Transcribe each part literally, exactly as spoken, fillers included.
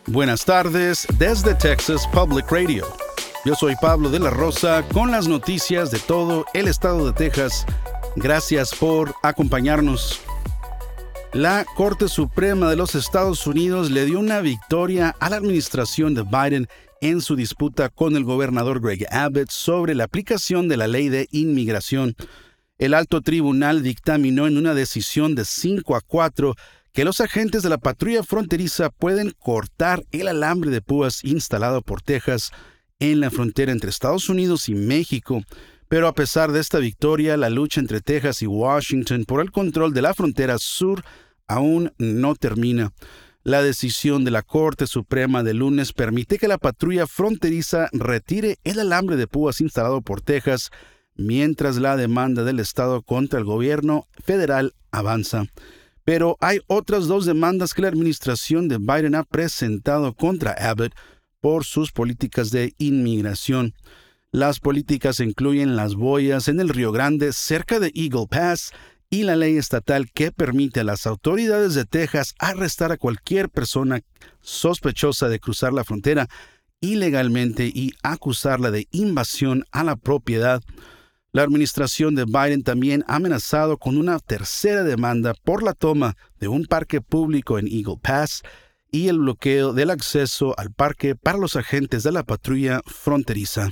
Buenas tardes desde Texas Public Radio. Yo soy Pablo de la Rosa con las noticias de todo el estado de Texas. Gracias por acompañarnos. La Corte Suprema de los Estados Unidos le dio una victoria a la administración de Biden en su disputa con el gobernador Greg Abbott sobre la aplicación de la ley de inmigración. El alto tribunal dictaminó en una decisión de cinco a cuatro que los agentes de la patrulla fronteriza pueden cortar el alambre de púas instalado por Texas en la frontera entre Estados Unidos y México. Pero a pesar de esta victoria, la lucha entre Texas y Washington por el control de la frontera sur aún no termina. La decisión de la Corte Suprema de lunes permite que la patrulla fronteriza retire el alambre de púas instalado por Texas, mientras la demanda del estado contra el gobierno federal avanza. Pero hay otras dos demandas que la administración de Biden ha presentado contra Abbott por sus políticas de inmigración. Las políticas incluyen las boyas en el Río Grande cerca de Eagle Pass y la ley estatal que permite a las autoridades de Texas arrestar a cualquier persona sospechosa de cruzar la frontera ilegalmente y acusarla de invasión a la propiedad. La administración de Biden también ha amenazado con una tercera demanda por la toma de un parque público en Eagle Pass y el bloqueo del acceso al parque para los agentes de la patrulla fronteriza.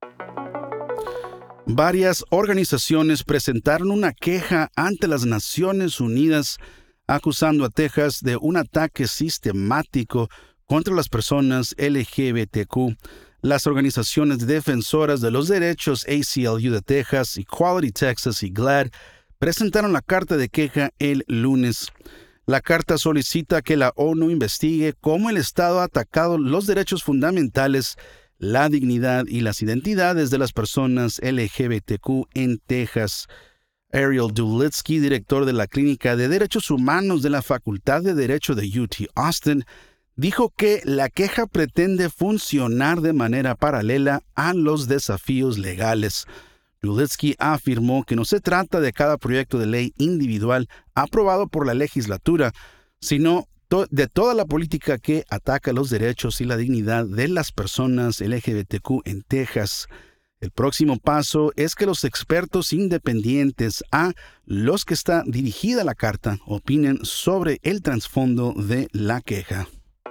Varias organizaciones presentaron una queja ante las Naciones Unidas acusando a Texas de un ataque sistemático contra las personas L G B T Q. Las organizaciones defensoras de los derechos A C L U de Texas, Equality Texas y GLAAD presentaron la carta de queja el lunes. La carta solicita que la ONU investigue cómo el Estado ha atacado los derechos fundamentales, la dignidad y las identidades de las personas L G B T Q en Texas. Ariel Dulitsky, director de la Clínica de Derechos Humanos de la Facultad de Derecho de U T Austin, dijo que la queja pretende funcionar de manera paralela a los desafíos legales. Dulitsky afirmó que no se trata de cada proyecto de ley individual aprobado por la legislatura, sino to- de toda la política que ataca los derechos y la dignidad de las personas L G B T Q en Texas. El próximo paso es que los expertos independientes a los que está dirigida la carta opinen sobre el trasfondo de la queja.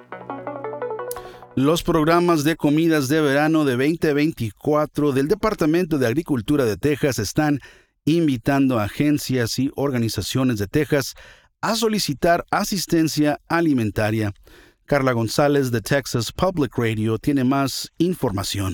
Los programas de comidas de verano de veinte veinticuatro del Departamento de Agricultura de Texas están invitando a agencias y organizaciones de Texas a solicitar asistencia alimentaria. Carla González de Texas Public Radio tiene más información.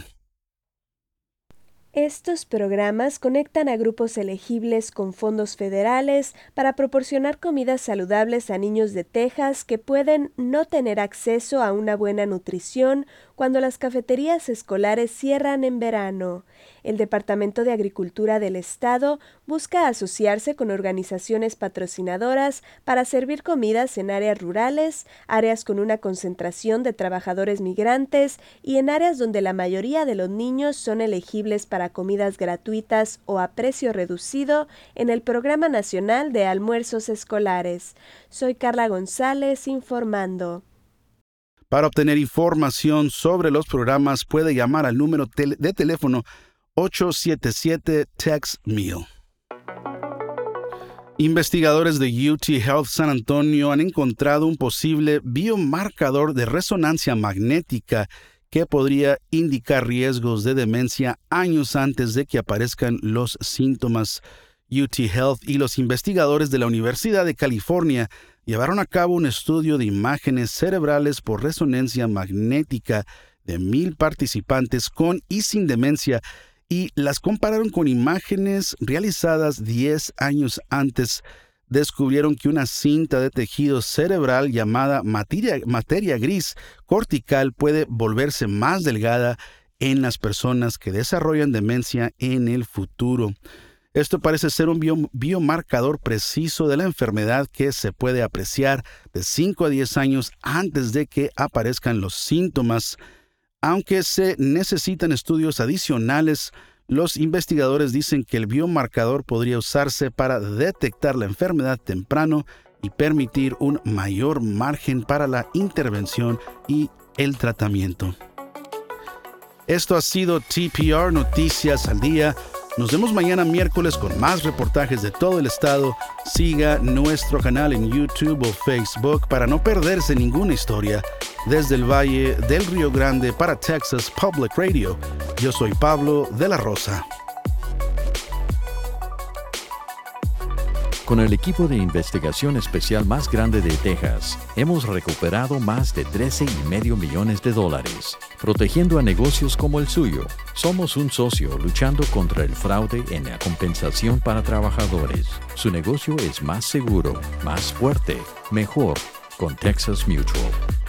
Estos programas conectan a grupos elegibles con fondos federales para proporcionar comidas saludables a niños de Texas que pueden no tener acceso a una buena nutrición cuando las cafeterías escolares cierran en verano. El Departamento de Agricultura del Estado busca asociarse con organizaciones patrocinadoras para servir comidas en áreas rurales, áreas con una concentración de trabajadores migrantes y en áreas donde la mayoría de los niños son elegibles para comidas gratuitas o a precio reducido en el Programa Nacional de Almuerzos Escolares. Soy Carla González informando. Para obtener información sobre los programas puede llamar al número tel- de teléfono ocho siete siete T E X M E A L. Investigadores de U T Health San Antonio han encontrado un posible biomarcador de resonancia magnética que podría indicar riesgos de demencia años antes de que aparezcan los síntomas. U T Health y los investigadores de la Universidad de California llevaron a cabo un estudio de imágenes cerebrales por resonancia magnética de mil participantes con y sin demencia y las compararon con imágenes realizadas diez años antes. Descubrieron que una cinta de tejido cerebral llamada materia, materia gris cortical puede volverse más delgada en las personas que desarrollan demencia en el futuro. Esto parece ser un bio, biomarcador preciso de la enfermedad que se puede apreciar de cinco a diez años antes de que aparezcan los síntomas. Aunque se necesitan estudios adicionales, los investigadores dicen que el biomarcador podría usarse para detectar la enfermedad temprano y permitir un mayor margen para la intervención y el tratamiento. Esto ha sido T P R Noticias al Día. Nos vemos mañana miércoles con más reportajes de todo el estado. Siga nuestro canal en YouTube o Facebook para no perderse ninguna historia. Desde el Valle del Río Grande para Texas Public Radio, yo soy Pablo de la Rosa. Con el equipo de investigación especial más grande de Texas, hemos recuperado más de trece y medio millones de dólares, protegiendo a negocios como el suyo. Somos un socio luchando contra el fraude en la compensación para trabajadores. Su negocio es más seguro, más fuerte, mejor con Texas Mutual.